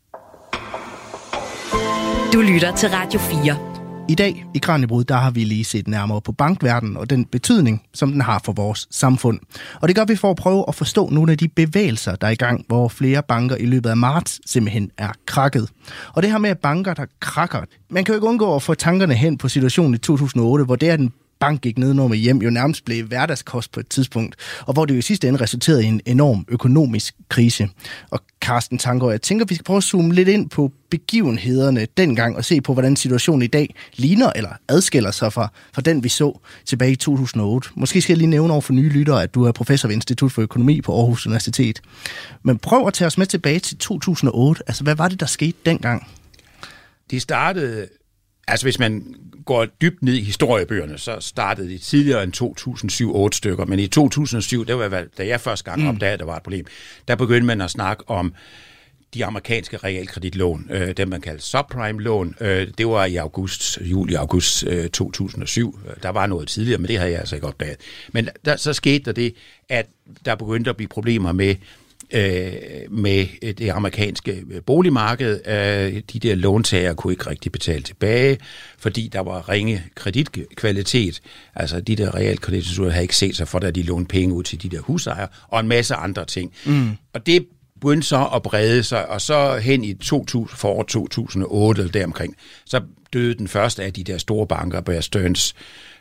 Du lytter til Radio 4. I dag i Kraniebrud, der har vi lige set nærmere på bankverdenen og den betydning, som den har for vores samfund. Og det gør vi for at prøve at forstå nogle af de bevægelser, der er i gang, hvor flere banker i løbet af marts simpelthen er krakket. Og det her med banker, der krakker, man kan jo ikke undgå at få tankerne hen på situationen i 2008, hvor det er den bank gik nedenom og hjem, jo nærmest blev hverdagskost på et tidspunkt, og hvor det jo i sidste ende resulterede i en enorm økonomisk krise. Og Carsten Tanggaard, jeg tænker, vi skal prøve at zoome lidt ind på begivenhederne dengang, og se på, hvordan situationen i dag ligner eller adskiller sig fra den, vi så tilbage i 2008. Måske skal jeg lige nævne over for nye lyttere, at du er professor ved Institut for Økonomi på Aarhus Universitet. Men prøv at tage os med tilbage til 2008. Altså, hvad var det, der skete dengang? Det startede... Altså, hvis man går dybt ned i historiebøgerne, så startede det tidligere end 2007-8 stykker, men i 2007, det var da jeg første gang opdagede, at der var et problem, der begyndte man at snakke om de amerikanske realkreditlån, dem man kaldte subprime-lån. Det var i juli-august 2007. Der var noget tidligere, men det havde jeg altså ikke opdaget. Men så skete der det, at der begyndte at blive problemer med med det amerikanske boligmarked. De der låntagere kunne ikke rigtig betale tilbage, fordi der var ringe kreditkvalitet. Altså de der realkreditinstitutter havde ikke set sig for, at de lånte penge ud til de der husejere, og en masse andre ting. Og det begyndte så at brede sig, og så hen i 2008 eller deromkring, så døde den første af de der store banker, Bear Stearns.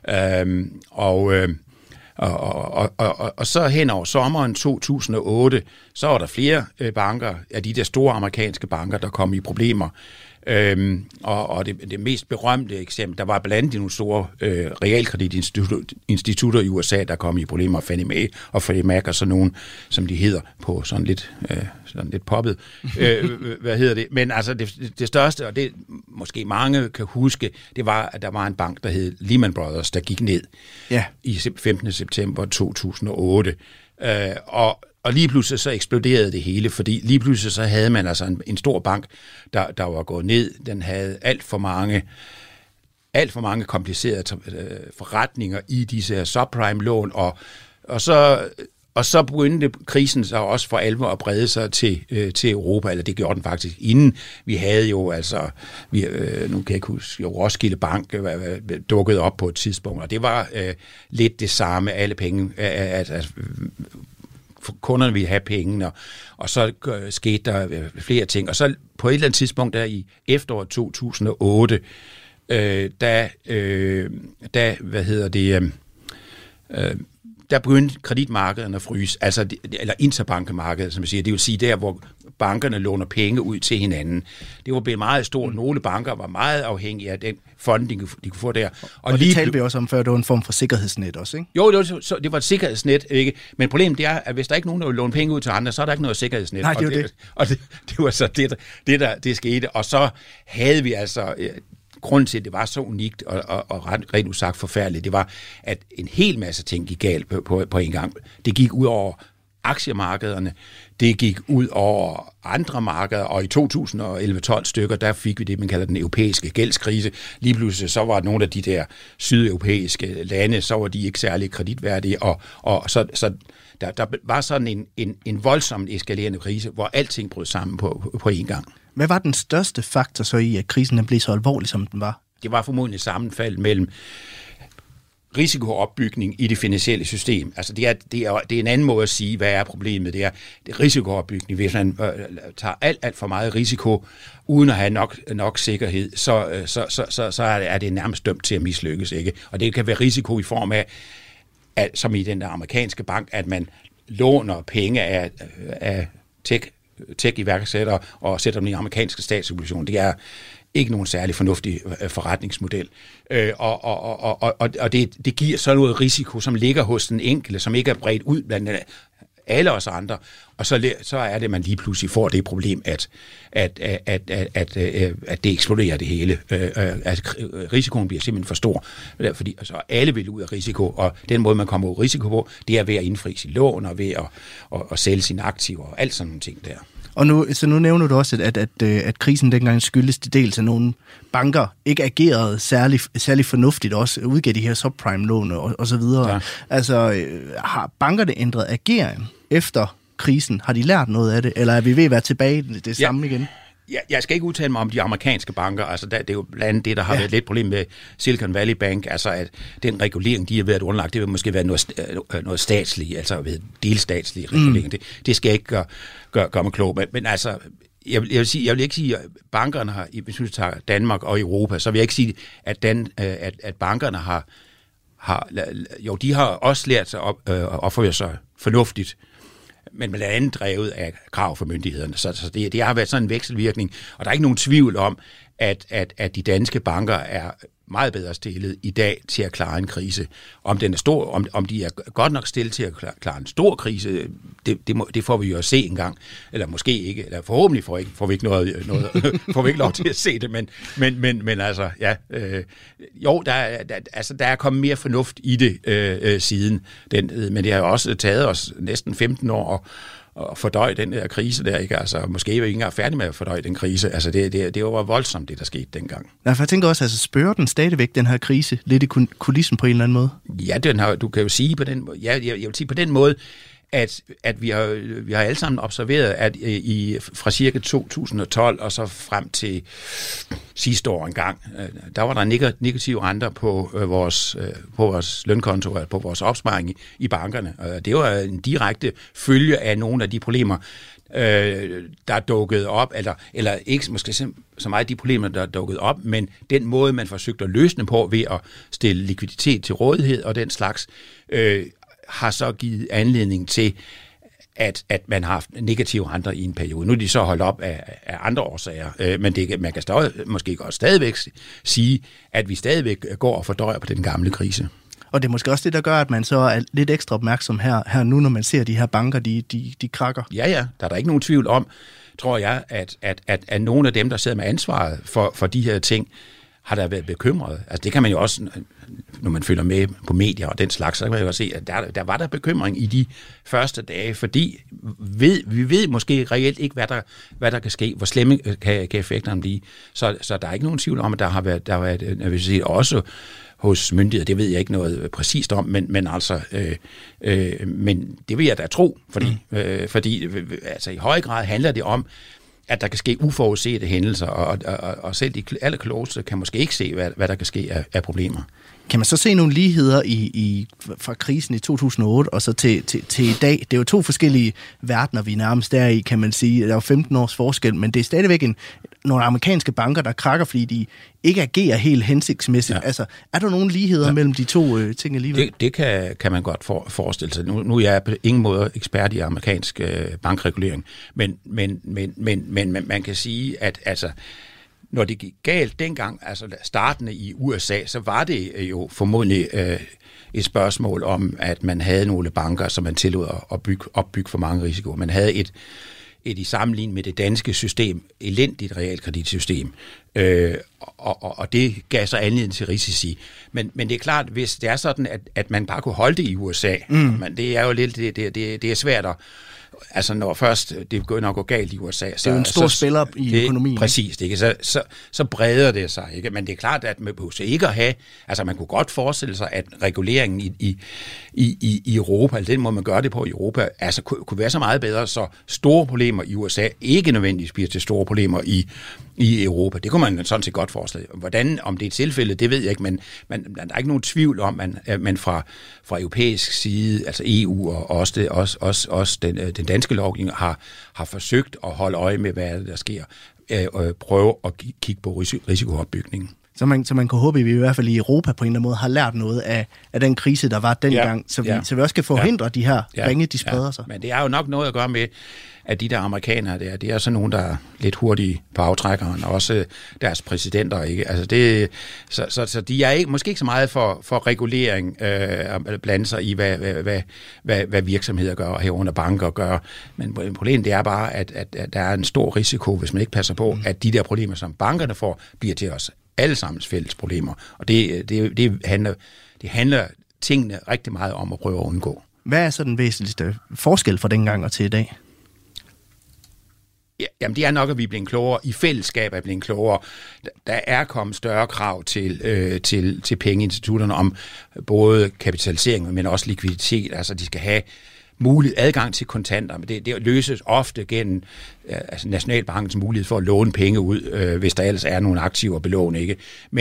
Og så hen over sommeren 2008, så var der flere banker af de der store amerikanske banker, der kom i problemer. Og det mest berømte eksempel, der var blandt andet nogle store realkreditinstitutter i USA, der kom i problemer, Fannie Mae og Freddie Mac og sådan nogle, som de hedder på sådan lidt poppet. Men altså det største, og det måske mange kan huske, det var, at der var en bank, der hed Lehman Brothers, der gik ned i 15. september 2008. Og lige pludselig så eksploderede det hele, fordi lige pludselig så havde man altså en stor bank, der var gået ned. Den havde alt for mange komplicerede forretninger i disse subprime-lån, og så begyndte krisen så også for alvor at brede sig til Europa, eller det gjorde den faktisk inden. Vi havde jo altså, nu kan jeg ikke huske, Roskilde Bank dukkede op på et tidspunkt, og det var lidt det samme, alle penge, kunderne ville have pengene, og så skete der flere ting. Og så på et eller andet tidspunkt der i efteråret 2008, der begyndte kreditmarkederne at fryse, eller interbankemarkedet, som jeg siger. Det vil sige der, hvor bankerne låner penge ud til hinanden. Det var blevet meget stort. Nogle banker var meget afhængige af den funding, de kunne få der. Og det talte vi også om før, det var en form for sikkerhedsnet også, ikke? Jo, det var et sikkerhedsnet, ikke? Men problemet er, at hvis der ikke er nogen, der vil låne penge ud til andre, så er der ikke noget sikkerhedsnet. Nej, det. Og det var så det skete. Og så havde vi altså... Grunden til, at det var så unikt og rent usagt forfærdeligt, det var, at en hel masse ting gik galt på en gang. Det gik ud over aktiemarkederne, det gik ud over andre markeder, og i 2011-12 stykker, der fik vi det, man kalder den europæiske gældskrise. Lige pludselig så var nogle af de der sydeuropæiske lande, så var de ikke særlig kreditværdige, og så der var sådan en voldsomt eskalerende krise, hvor alting brød sammen på en gang. Hvad var den største faktor så i, at krisen blev så alvorlig, som den var? Det var formodentlig sammenfald mellem risikoopbygning i det finansielle system. Altså det er en anden måde at sige, hvad er problemet. Det er risikoopbygning. Hvis man tager alt for meget risiko, uden at have nok sikkerhed, så er det nærmest dømt til at mislykkes, ikke? Og det kan være risiko i form af, som i den der amerikanske bank, at man låner penge af tech-iværksættere og sætter dem i amerikanske statsobligationer. Det er ikke nogen særlig fornuftig forretningsmodel. Og det giver så noget risiko, som ligger hos den enkelte, som ikke er bredt ud blandt alle os andre. Og så er det, man lige pludselig får det problem, at det eksploderer det hele. At risikoen bliver simpelthen for stor, fordi altså, alle vil ud af risiko, og den måde, man kommer ud af risiko på, det er ved at indfri sin lån, og ved at sælge sine aktiver, og alt sådan nogle ting der. Og nu nævner du også, at krisen dengang skyldes til dels, at nogle banker ikke agerede særlig fornuftigt, også udgav de her subprime-lån og så videre. Ja. Altså, har bankerne ændret ageren efter krisen? Har de lært noget af det, eller er vi ved at være tilbage i det samme igen? Ja, jeg skal ikke udtale mig om de amerikanske banker. Altså, det er jo blandt andet det, der har været lidt problem med Silicon Valley Bank. Altså, at den regulering, de har været underlagt, det vil måske være noget statsligt, altså delstatslig regulering. Det skal jeg ikke gøre mig klog. Men altså, jeg vil ikke sige, at bankerne har, hvis vi tager Danmark og Europa, så vil jeg ikke sige, at bankerne de har også lært sig at opføre sig fornuftigt, men blandt andet drevet af krav for myndighederne. Så det har været sådan en vekselvirkning, og der er ikke nogen tvivl om, at de danske banker er meget bedre stillet i dag til at klare en krise. Om den er stor, om de er godt nok stillet til at klare en stor krise, det får vi jo at se en gang, eller måske ikke, eller forhåbentlig får vi ikke får vi ikke lov til at se det, men altså, ja, der er kommet mere fornuft i det siden, men det har jo også taget os næsten 15 år at fordøje den der krise der, ikke? Altså, måske er vi ikke engang færdige med at fordøje den krise. Altså, det var voldsomt, det der skete dengang. Nej, for jeg tænker også, altså, spørger den stadigvæk, den her krise, lidt i kulissen på en eller anden måde? Ja, du kan jo sige på den måde, jeg vil sige på den måde, at vi har alle sammen observeret, at fra cirka 2012 og så frem til sidste år engang, der var der negative renter på vores lønkonto, eller på vores opsparing i bankerne. Det var en direkte følge af nogle af de problemer, der er dukket op, eller ikke måske så meget de problemer, der er dukket op, men den måde, man forsøgte at løse dem på ved at stille likviditet til rådighed og den slags, har så givet anledning til, at man har haft negative renter i en periode. Nu er de så holdt op af andre årsager, men man kan måske godt stadigvæk sige, at vi stadigvæk går og fordøjer på den gamle krise. Og det er måske også det, der gør, at man så er lidt ekstra opmærksom her nu, når man ser de her banker, de krakker. Ja, der er der ikke nogen tvivl om, tror jeg, at nogle af dem, der sidder med ansvaret for de her ting, har der været bekymret. Altså det kan man jo også, når man følger med på medier og den slags, så kan man jo også se, at der var der bekymring i de første dage, fordi vi ved måske reelt ikke, hvad der kan ske, hvor slemme kan effekterne blive. Så der er ikke nogen tvivl om, at der har været jeg vil sige, også hos myndigheder, det ved jeg ikke noget præcist om, men det vil jeg da tro, fordi altså i høj grad handler det om, at der kan ske uforudsete hændelser, og selv de allerklogeste kan måske ikke se, hvad der kan ske af problemer. Kan man så se nogle ligheder fra krisen i 2008 og så til i dag? Det er jo to forskellige verdener, vi nærmest er i, kan man sige. Der er jo 15 års forskel, men det er stadigvæk nogle amerikanske banker, der krakker, fordi de ikke agerer helt hensigtsmæssigt. Ja. Altså, er der nogle ligheder mellem de to ting alligevel? Det kan man godt forestille sig. Nu er jeg på ingen måde ekspert i amerikansk bankregulering, men man kan sige, at altså, når det gik galt dengang, altså startende i USA, så var det jo formodentlig et spørgsmål om, at man havde nogle banker, som man tillod at opbygge for mange risikoer. Man havde et i sammenligning med det danske system, elendigt realkreditsystem, og det gav så anledning til risici. Men det er klart, hvis det er sådan, at man bare kunne holde det i USA, men det er jo lidt, det er svært at, altså når først det begynder at gå galt i USA, det er jo en stor spiller i økonomien. Præcis, ikke? Så breder det sig, ikke? Men det er klart, at man behøver ikke at have, altså man kunne godt forestille sig, at reguleringen i Europa, eller den måde man gør det på i Europa, altså kunne være så meget bedre, så store problemer i USA ikke nødvendigvis bliver til store problemer i Europa. Det kunne man sådan set godt forestille. Hvordan, om det er et tilfælde, det ved jeg ikke, men der er ikke nogen tvivl om, at man fra europæisk side, altså EU og også den danske lovgivning har forsøgt at holde øje med, hvad der sker, og prøve at kigge på risikoopbygningen. Så man kan håbe, at vi i hvert fald i Europa på en eller anden måde har lært noget af den krise, der var dengang, så vi også kan forhindre de her ringe, de spreder sig. Men det er jo nok noget at gøre med, at de der amerikanere der, det er så nogen, der er lidt hurtige på aftrækkeren, og også deres præsidenter, ikke? Altså så de er måske ikke så meget for regulering, at blande sig i, hvad virksomheder gør, herunder banker gør. Men problemet det er bare, at der er en stor risiko, hvis man ikke passer på, at de der problemer, som bankerne får, bliver til os alle sammens fælles problemer. Og det handler tingene rigtig meget om at prøve at undgå. Hvad er så den væsentligste forskel fra dengang og til i dag? Ja, jamen det er nok, at vi er blevet klogere. I fællesskab er blevet klogere. Der er kommet større krav til pengeinstitutterne om både kapitalisering, men også likviditet. Altså de skal have mulig adgang til kontanter, men det løses ofte gennem Nationalbankens mulighed for at låne penge ud, hvis der ellers er nogle aktiver belåne, ikke?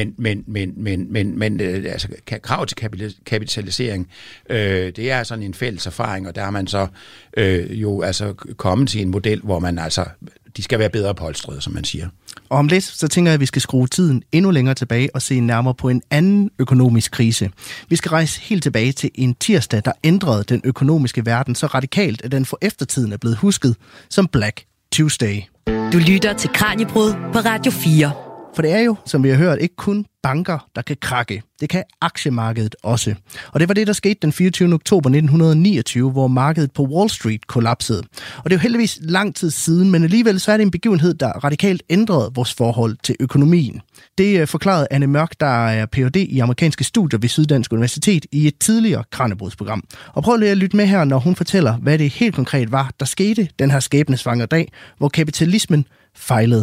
Men altså krav til kapitalisering, det er sådan en fælles erfaring, og der er man så jo altså kommet til en model, hvor man altså de skal være bedre polstrede, som man siger. Og om lidt, så tænker jeg, at vi skal skrue tiden endnu længere tilbage og se nærmere på en anden økonomisk krise. Vi skal rejse helt tilbage til en tirsdag, der ændrede den økonomiske verden så radikalt, at den for eftertiden er blevet husket som Black Tuesday. Du lytter til Kraniebrud på Radio 4. For det er jo, som vi har hørt, ikke kun banker, der kan krakke. Det kan aktiemarkedet også. Og det var det, der skete den 24. oktober 1929, hvor markedet på Wall Street kollapsede. Og det er jo heldigvis lang tid siden, men alligevel så er det en begivenhed, der radikalt ændrede vores forhold til økonomien. Det forklarede Anne Mørk, der er Ph.D. i amerikanske studier ved Syddansk Universitet i et tidligere Kranjebrudsprogram. Og prøv lige at lytte med her, når hun fortæller, hvad det helt konkret var, der skete den her skæbnesvangre dag, hvor kapitalismen fejlede.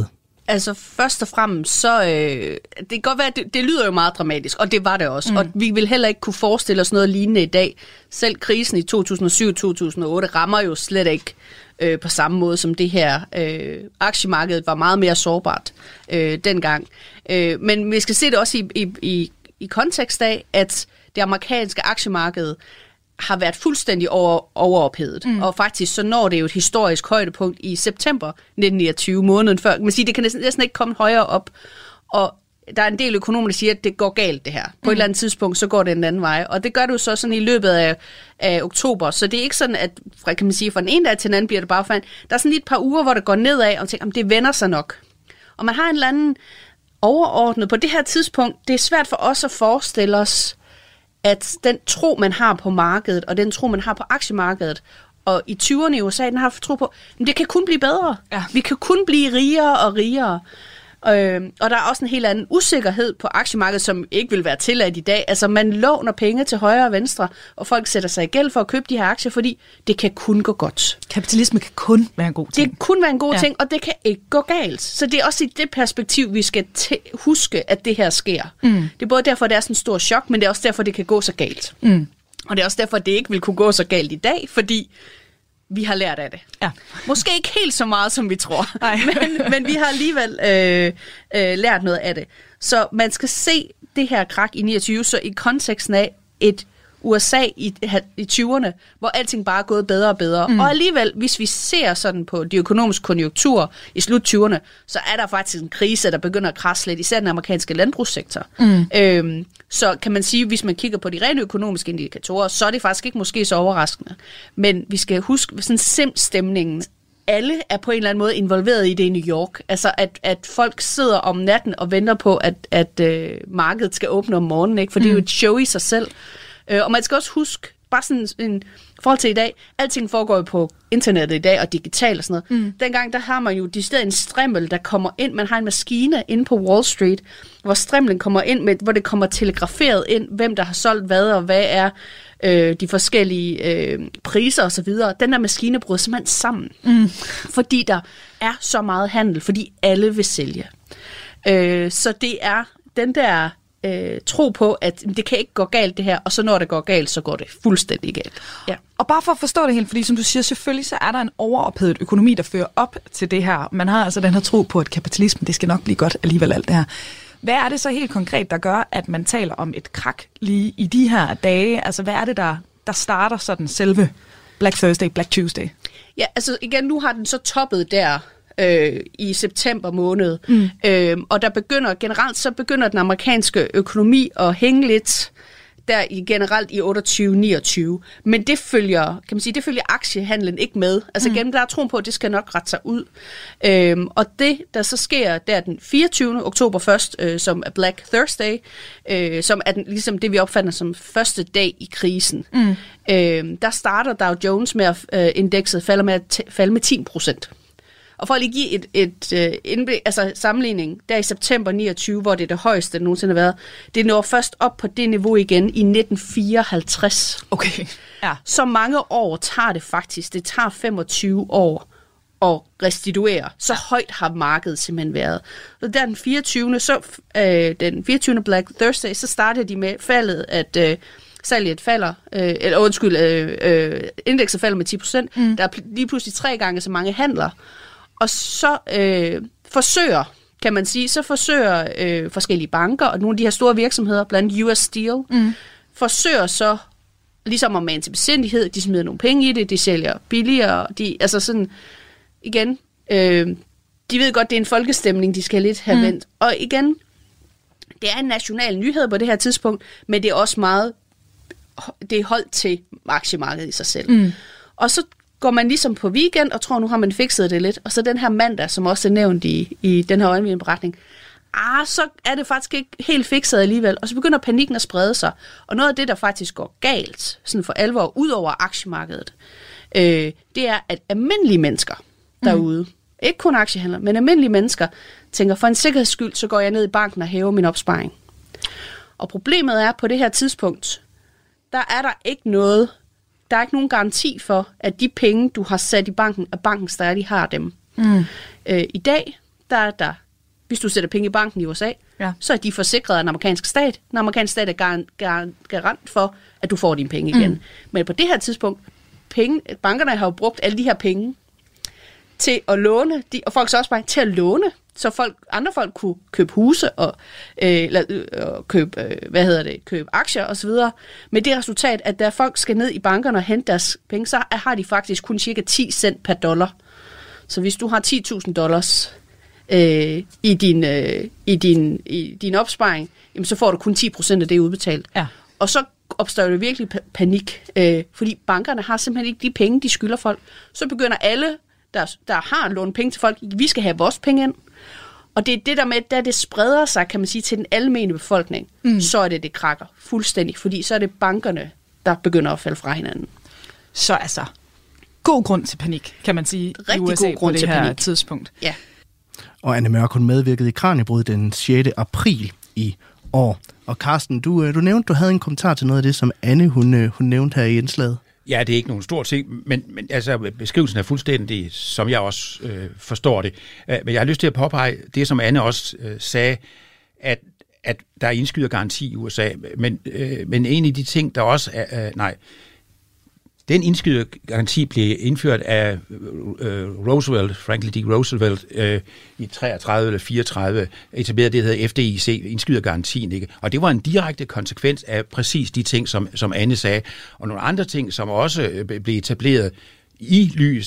Altså først og fremmest, så det kan godt være, det lyder jo meget dramatisk, og det var det også. Og vi vil heller ikke kunne forestille os noget lignende i dag. Selv krisen i 2007-2008 rammer jo slet ikke på samme måde som det her. Aktiemarkedet var meget mere sårbart dengang. Men vi skal se det også i kontekst af, at det amerikanske aktiemarked har været fuldstændig overophedet. Og faktisk så når det jo et historisk højdepunkt i september 1929, måneden før. Man siger, det kan næsten ikke komme højere op. Og der er en del økonomer, der siger, at det går galt det her. På et eller andet tidspunkt, så går det en anden vej. Og det gør det jo så sådan i løbet af oktober. Så det er ikke sådan, at kan man sige, fra den ene dag til den anden bliver det bare fandt. Der er sådan lige et par uger, hvor det går nedad, og tænker, det vender sig nok. Og man har en eller anden overordnet på det her tidspunkt. Det er svært for os at forestille os, at den tro, man har på markedet, og den tro, man har på aktiemarkedet, og i 20'erne i USA, den har tro på, men det kan kun blive bedre. Ja. Vi kan kun blive rigere og rigere. Og der er også en helt anden usikkerhed på aktiemarkedet, som ikke vil være tilladt i dag. Altså, man låner penge til højre og venstre, og folk sætter sig i gæld for at købe de her aktier, fordi det kan kun gå godt. Kapitalisme kan kun være en god ting. Det kan kun være en god ting, og det kan ikke gå galt. Så det er også i det perspektiv, vi skal huske, at det her sker. Det er både derfor, det er sådan en stor chok, men det er også derfor, det kan gå så galt. Og det er også derfor, det ikke vil kunne gå så galt i dag, fordi vi har lært af det. Ja. Måske ikke helt så meget, som vi tror, men vi har alligevel lært noget af det. Så man skal se det her krak i 29, så i konteksten af et USA i 20'erne, hvor alting bare er gået bedre og bedre. Og alligevel, hvis vi ser sådan på de økonomiske konjunkturer i slut 20'erne, så er der faktisk en krise, der begynder at krasse lidt, især den amerikanske landbrugssektor. Så kan man sige, hvis man kigger på de rent økonomiske indikatorer, så er det faktisk ikke måske så overraskende. Men vi skal huske sådan simstemningen. Alle er på en eller anden måde involveret i det i New York. Altså, at folk sidder om natten og venter på, at markedet skal åbne om morgenen, ikke? For det er jo et show i sig selv. Og man skal også huske, bare sådan en forhold til i dag, alting foregår jo på internettet i dag, og digitalt og sådan noget. Dengang, der har man jo en strimmel, der kommer ind. Man har en maskine inde på Wall Street, hvor strimlen kommer ind, hvor det kommer telegraferet ind, hvem der har solgt hvad, og hvad er de forskellige priser osv. Den der maskine bryder simpelthen sammen, fordi der er så meget handel, fordi alle vil sælge. Så det er den der tro på, at det kan ikke gå galt det her, og så når det går galt, så går det fuldstændig galt. Ja. Og bare for at forstå det helt, fordi som du siger, selvfølgelig så er der en overophedet økonomi, der fører op til det her. Man har altså den her tro på, at kapitalismen, det skal nok blive godt alligevel alt det her. Hvad er det så helt konkret, der gør, at man taler om et krak lige i de her dage? Altså hvad er det, der starter sådan selve Black Thursday, Black Tuesday? Ja, altså igen, nu har den så toppet der i september måned. Og der begynder den amerikanske økonomi at hænge lidt der generelt i 28-29. Men det følger, kan man sige, det følger aktiehandlen ikke med. Altså gennem der er troen på, at det skal nok rette sig ud. Og det, der så sker, der den 24. oktober først, som er Black Thursday, som er ligesom det, vi opfatter som første dag i krisen. Der starter Dow Jones med at indekset falde med 10%. Og for at lige give et indblik, altså sammenligning, der i september 29, hvor det er det højeste, det nogensinde har været, det når først op på det niveau igen i 1954. Okay. Ja. Så mange år tager det faktisk. Det tager 25 år at restituere. Så højt har markedet simpelthen været. Så der den 24. Black Thursday, så startede de med faldet, at salget falder, indekset falder med 10%. Der er lige pludselig 3 gange så mange handler. Og så forsøger forskellige banker og nogle af de her store virksomheder, blandt US Steel, forsøger så ligesom at mane til besindighed. De smider nogle penge i det, de sælger billigere. Altså sådan, igen, de ved godt, det er en folkestemning, de skal lidt have vendt. Og igen, det er en national nyhed på det her tidspunkt, men det er også meget, det er holdt til aktiemarkedet i sig selv. Og så går man ligesom på weekend og tror, nu har man fikset det lidt. Og så den her mandag, som også er nævnt i den her øjenvidneberetning, så er det faktisk ikke helt fikset alligevel. Og så begynder panikken at sprede sig. Og noget af det, der faktisk går galt, sådan for alvor, ud over aktiemarkedet, det er, at almindelige mennesker derude, ikke kun aktiehandlere, men almindelige mennesker, tænker, for en sikkerheds skyld, så går jeg ned i banken og hæver min opsparing. Og problemet er, på det her tidspunkt, der er ikke nogen garanti for, at de penge, du har sat i banken, at banken stadig har dem. I dag, der er der hvis du sætter penge i banken i USA, så er de forsikret af den amerikanske stat. Den amerikanske stat er garant for, at du får dine penge igen. Men på det her tidspunkt, bankerne har jo brugt alle de her penge til at låne, og folks opsparing til at låne, så andre folk kunne købe huse og købe aktier osv. Med det resultat, at da folk skal ned i bankerne og hente deres penge, så har de faktisk kun cirka 10 cent per dollar. Så hvis du har $10,000 i din opsparing, jamen, så får du kun 10% af det udbetalt. Ja. Og så opstår jo virkelig panik, fordi bankerne har simpelthen ikke de penge, de skylder folk. Så begynder alle, der har lånt penge til folk, vi skal have vores penge ind. Og det er det der med, da det spreder sig, kan man sige, til den almene befolkning, så er det krakker fuldstændig, fordi så er det bankerne, der begynder at falde fra hinanden. Så altså, god grund til panik, kan man sige, rigtig i USA god grund på det til her panik. tidspunkt. Ja. Og Anne Mørk, hun medvirkede i Kraniebrud den 6. april i år. Og Carsten, du nævnte, du havde en kommentar til noget af det, som Anne hun nævnte her i indslaget. Ja, det er ikke nogen stor ting, men altså, beskrivelsen er fuldstændig, som jeg også forstår det. Men jeg har lyst til at påpege det, som Anne også sagde, at der er indskydergaranti i USA. Men en af de ting, der også er... Den indskydergaranti blev indført af Franklin D. Roosevelt i 33 eller 34, etableret det, der hedder FDIC, indskydergarantien, ikke? Og det var en direkte konsekvens af præcis de ting, som Anne sagde. Og nogle andre ting, som også blev etableret i lys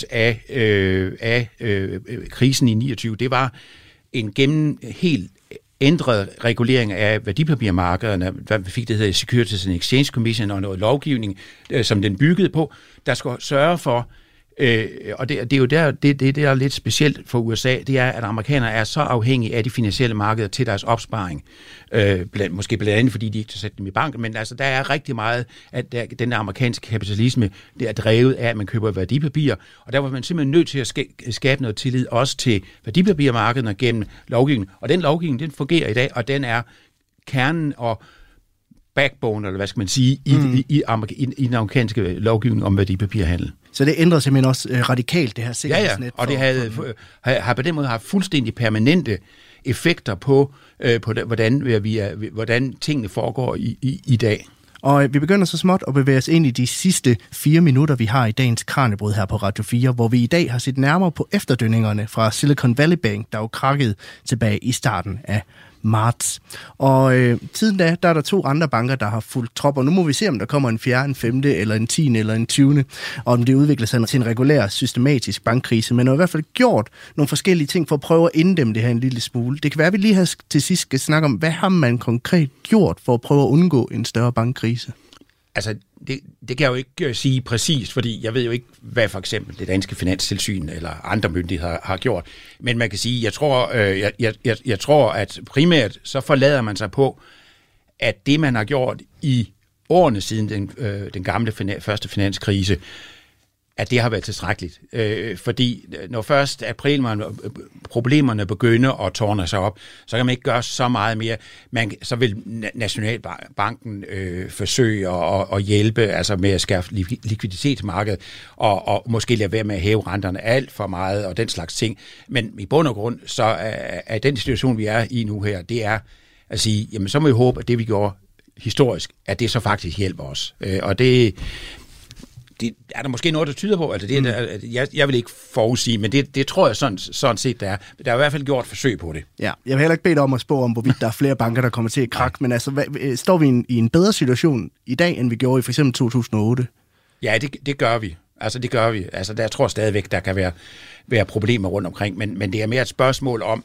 af krisen i 29, det var en helt ændret regulering af værdipapirmarkederne, hvad vi fik, det hedder Securities and Exchange Commission, og noget lovgivning, som den byggede på, der skulle sørge for, og det er jo det er lidt specielt for USA, det er, at amerikanere er så afhængige af de finansielle markeder til deres opsparing. Måske blandt andet, fordi de ikke kan sætte dem i banken, men altså, der er rigtig meget, at den amerikanske kapitalisme, det er drevet af, at man køber værdipapirer, og der var man simpelthen nødt til at skabe noget tillid også til værdipapirmarkederne gennem lovgivning. Og den lovgivning, den fungerer i dag, og den er kernen og backbone, eller hvad skal man sige, i den amerikanske lovgivning om værdipapirhandel. Så det ændrer simpelthen også radikalt, det her sikkerhedsnet. Ja, og det har på den måde haft fuldstændig permanente effekter på hvordan tingene foregår i dag. Og vi begynder så småt at bevæge os ind i de sidste 4 minutter, vi har i dagens Kraniebrud her på Radio 4, hvor vi i dag har set nærmere på efterdønningerne fra Silicon Valley Bank, der jo krakkede tilbage i starten af marts. Og siden da, der er der 2 andre banker, der har fulgt trop, og nu må vi se, om der kommer en 4., en 5., eller en 10. eller en 20., og om det udvikler sig til en regulær, systematisk bankkrise, men har i hvert fald gjort nogle forskellige ting for at prøve at inddæmme det her en lille smule. Det kan være, at vi lige her til sidst skal snakke om, hvad har man konkret gjort for at prøve at undgå en større bankkrise? Altså, det kan jeg jo ikke sige præcist, fordi jeg ved jo ikke, hvad for eksempel det danske finanstilsyn eller andre myndigheder har gjort. Men man kan sige, jeg tror, at primært så forlader man sig på, at det, man har gjort i årene siden den gamle første finanskrise, at det har været tilstrækkeligt. Fordi når først problemerne begynder at tårne sig op, så kan man ikke gøre så meget mere. Så vil Nationalbanken forsøge at hjælpe altså med at skaffe likviditetsmarkedet, og måske lade være med at hæve renterne alt for meget, og den slags ting. Men i bund og grund, så er den situation, vi er i nu her, det er at sige, jamen så må vi håbe, at det vi gjorde historisk, at det så faktisk hjælper os. Og det er der måske noget, der tyder på, altså jeg vil ikke forudsige, men det tror jeg sådan set, der er. Der er i hvert fald gjort forsøg på det. Ja, jeg vil heller ikke bede dig om at spå om, hvorvidt der er flere banker, der kommer til at krakke, men altså, står vi i en bedre situation i dag, end vi gjorde i for eksempel 2008? Ja, det gør vi. Altså, det gør vi. Altså, der tror jeg stadigvæk, der kan være problemer rundt omkring, men det er mere et spørgsmål om,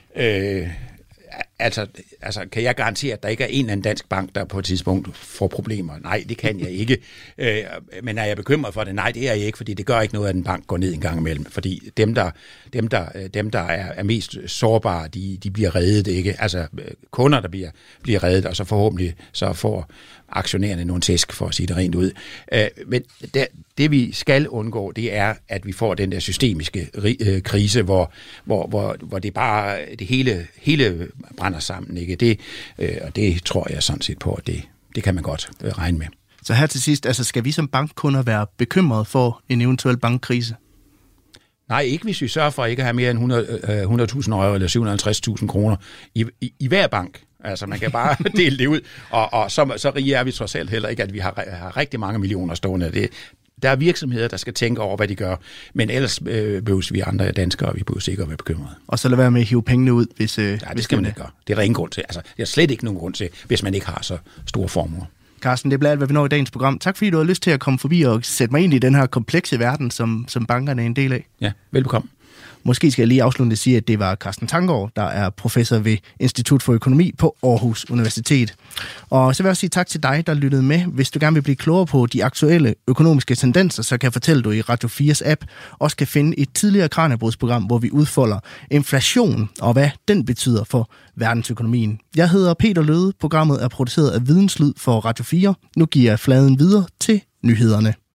Altså, kan jeg garantere, at der ikke er en eller anden dansk bank, der på et tidspunkt får problemer? Nej, det kan jeg ikke. Men er jeg bekymret for det? Nej, det er jeg ikke, fordi det gør ikke noget, at en bank går ned en gang imellem. Fordi dem der er mest sårbare, de bliver reddet, ikke? Altså kunder, der bliver reddet, og så forhåbentlig så får aktionærerne nogle tæsk, for at sige det rent ud. Men det vi skal undgå, det er, at vi får den der systemiske krise, hvor det bare det hele brænder sammen, ikke? Og det tror jeg sådan set på, at det kan man godt regne med. Så her til sidst, altså skal vi som bankkunder være bekymrede for en eventuel bankkrise? Nej, ikke hvis vi sørger for ikke at have mere end 100.000 euro eller 750.000 kroner i hver bank. Altså, man kan bare dele det ud, og så rige er vi trods alt heller ikke, at vi har rigtig mange millioner stående. Der er virksomheder, der skal tænke over, hvad de gør, men ellers behøves vi andre danskere, og vi behøver sikkert være bekymrede. Og så lad være med at hive pengene ud, hvis... Ja, det skal man ikke gøre. Det er der ingen grund til. Altså, det er slet ikke nogen grund til, hvis man ikke har så store formuer. Carsten, det bliver alt, hvad vi når i dagens program. Tak fordi du har lyst til at komme forbi og sætte mig ind i den her komplekse verden, som bankerne er en del af. Ja, velbekomme. Måske skal jeg lige afslutte at sige, at det var Carsten Tanggaard, der er professor ved Institut for Økonomi på Aarhus Universitet. Og så vil jeg også sige tak til dig, der lyttede med. Hvis du gerne vil blive klogere på de aktuelle økonomiske tendenser, så kan jeg fortælle, at du i Radio 4's app også kan finde et tidligere Kraniebrudprogram, hvor vi udfolder inflation og hvad den betyder for verdensøkonomien. Jeg hedder Peter Løde. Programmet er produceret af Videnslyd for Radio 4. Nu giver jeg fladen videre til nyhederne.